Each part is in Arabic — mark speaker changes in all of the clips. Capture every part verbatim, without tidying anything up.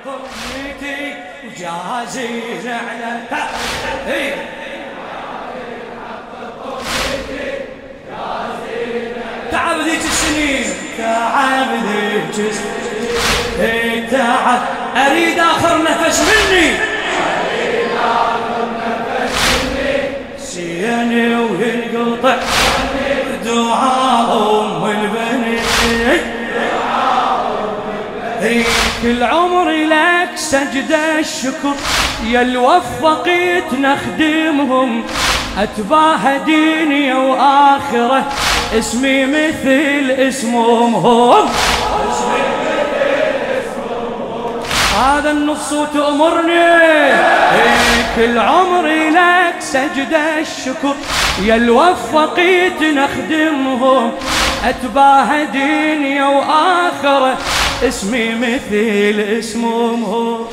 Speaker 1: قوميتي وجازين على اي تعب ذيك السنين تعب ذيك السنين تعب اريد اخر نفس مني اريد اخر نفس مني سيني وينقطع دعاء ام البنين كل عمري لك سجد الشكر يا الوفقيت نخدمهم أتباهى ديني وآخرة اسمي مثل اسمهم هم هذا النص تأمرني كل عمري لك سجد الشكر يا الوفقيت نخدمهم أتباهى ديني وآخرة اسمي مثل اسمهم هو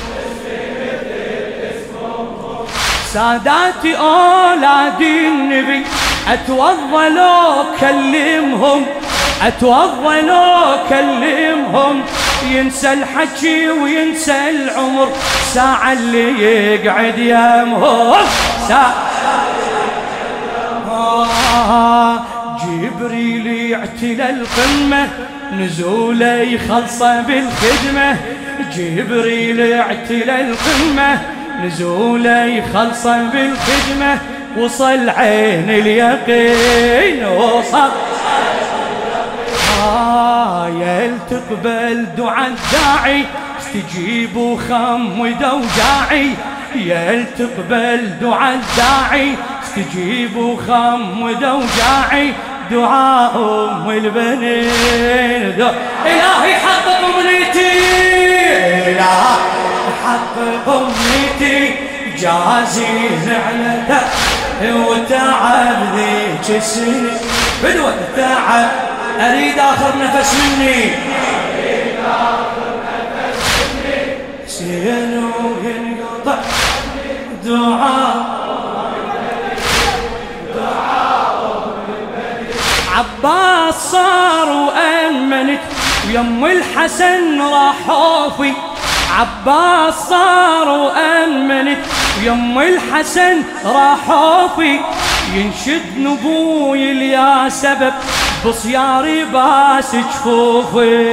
Speaker 1: ساداتي أولادي النبي أتوضى لو كلمهم أتوضى لو كلمهم ينسى الحكي وينسى العمر ساعة اللي يقعد يمهم ساعة جبريل يعتلى القمة نزوله يخلصه بالخدمة جبريل يعتلى القمة نزوله يخلصه بالخدمة وصل عين اليقين وصل آه يا تقبل دعاء الداعي استجيبوا خم ودوجاعي يا تقبل دعاء الداعي استجيبوا خم ودوجاعي دعاء ام البنين الهي حقق امنيتي الهي حقق امنيتي جازين على وتعب ذيك السنين بدوة تعب اريد اخر نفس مني اريد اخر نفس مني سين وينقطع دعاء عباس صار وأمنت ويم الحسن راحوا في عباس صار وأمنت ويم الحسن راحوا في ينشد نبوي يا سبب بصياري باس جفوفي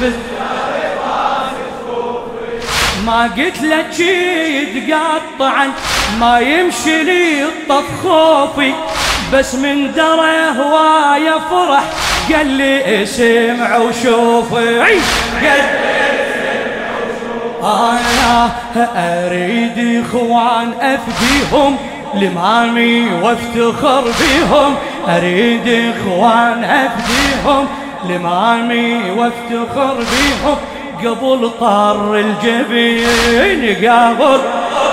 Speaker 1: ما قلت لك يتقطعن ما يمشي لي الطف خوفي بس من درى هوايا فرح قال لي اسمع وشوفي قال انا اريد اخوان افديهم لمامي وافتخر بيهم اريد اخوان افديهم لمامي وافتخر بيهم قبل طر الجبين قبل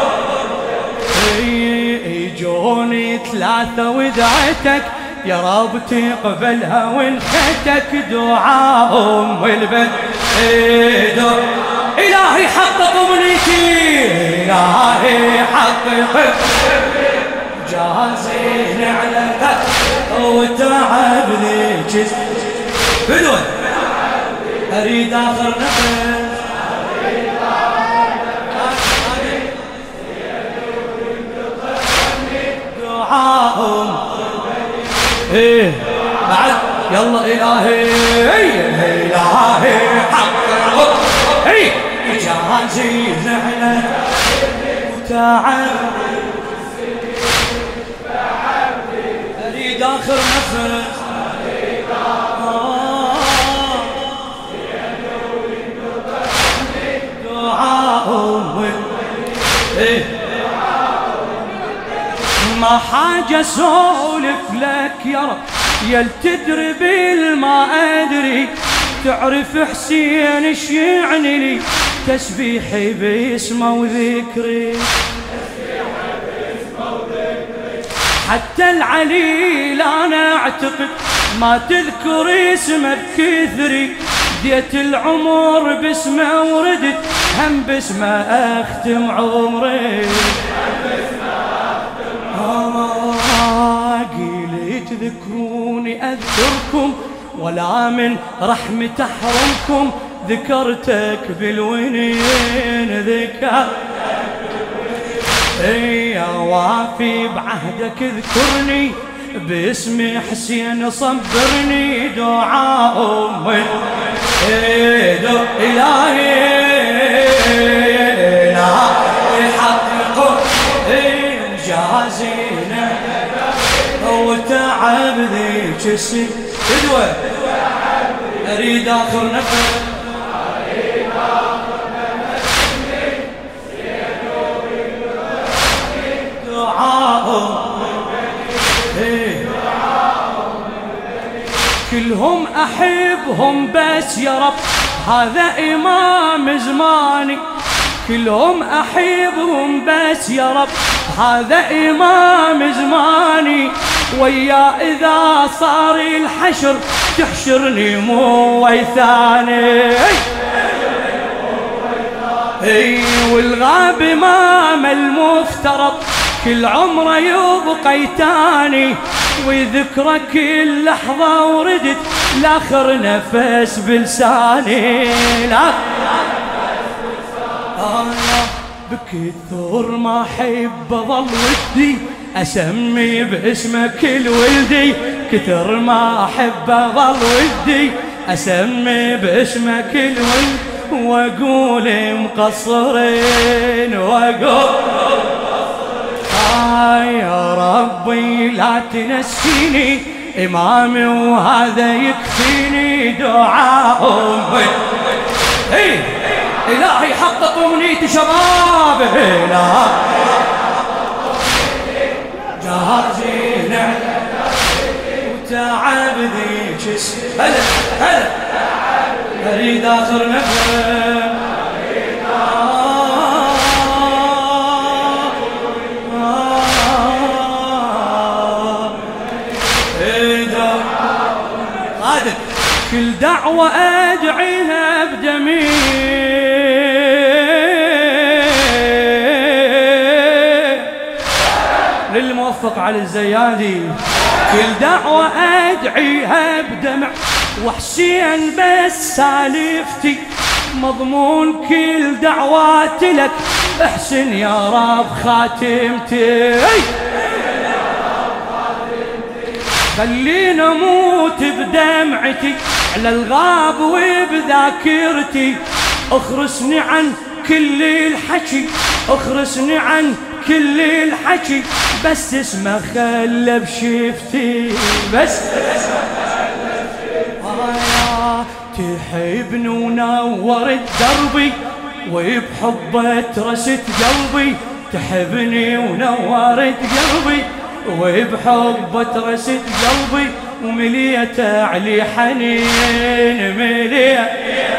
Speaker 1: يجوني ثلاثة ودعتك يا رب تقبلها ونختك دعاء ام البنين إلهي حقق امنيتي إلهي حقق جازين على وتعب ذيك بدون أريد آخر نفس دعاهم إيه بعد يلا إلهي إلهي حقق إيه جازين على وتعب أريد آخر نفس ما حاجة سولف لك يا رب يل تدري بالما أدري تعرف حسين ايش يعني لي تسبيحي باسمه وذكري حتى العليل أنا أعتقد ما تذكر اسمه بكثري ديت العمر باسمه وردت هم باسمه أختم عمري قيل تذكروني أذكركم ولا من رحمة أحرمكم ذكرتك بالونين ذكرتك يا وافي بعهدك اذكرني باسم حسين صبرني دعاء أمي دعاء إلهي يحقق إنجازنا وتعب ذيك السن فدوة أريد آخر نفس كلهم أحبهم بس يا رب هذا إمام زماني كلهم أحبهم بس يا رب هذا إمام زماني ويا إذا صار الحشر تحشرني مو ويثاني اي والغاب امام المفترض كل عمره يبقى يتاني ويذكرك كل لحظة وردت لاخر نفس بلساني لا الله بكثر ما احب اظل ودي اسمي باسمك الولدي كثر ما احب اظل ودي اسمي باسمك الولدي واقول مقصرين واقول آه يا ربي لا تنسيني إمامي وهذا يكفيني دعاء أمي إيه إلهي حقق أمنيتي شباب إلهي جهازينا وتعب ذيك هلا هلا أريد آخر نفس كل دعوة أدعيها بدمي للموفق على الزيادي كل دعوة أدعيها بدمع وحسين بس سالفتي مضمون كل دعوات لك احسن يا رب خاتمتي خلينا اموت بدمعتي على الغاب وبذاكرتي اخرسني عن كل الحكي اخرسني عن كل الحكي بس اسمه خلى بشفتي بس آه تحبني ونورت دربي وبحبه ترست قلبي تحبني ونورت قلبي وبحبه ترست قلبي ومليته علي حنين مليته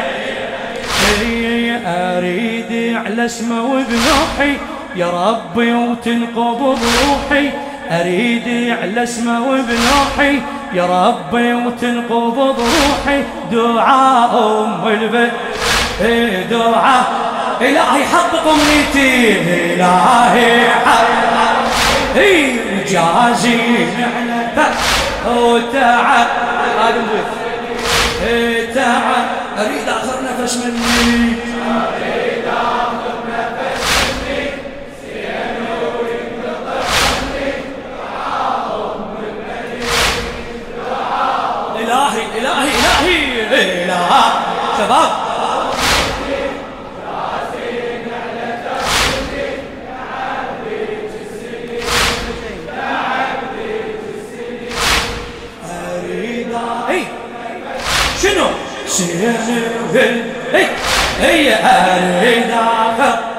Speaker 1: اريد على اسمه وبنوحي يا ربي وتنقبض روحي اريد على اسمه وبنوحي يا ربي وتنقبض روحي دعاء ام البيت دعاء الهي حقق امنيتي الهي حقق اي جازينا وتعال تعال اريد اخر نفس مني اريد اخر نفس مني سينو ينقطع عني دعاء ام الملك دعاء الهي الهي الهي الهي شباب شنو؟ سير هي هي أريد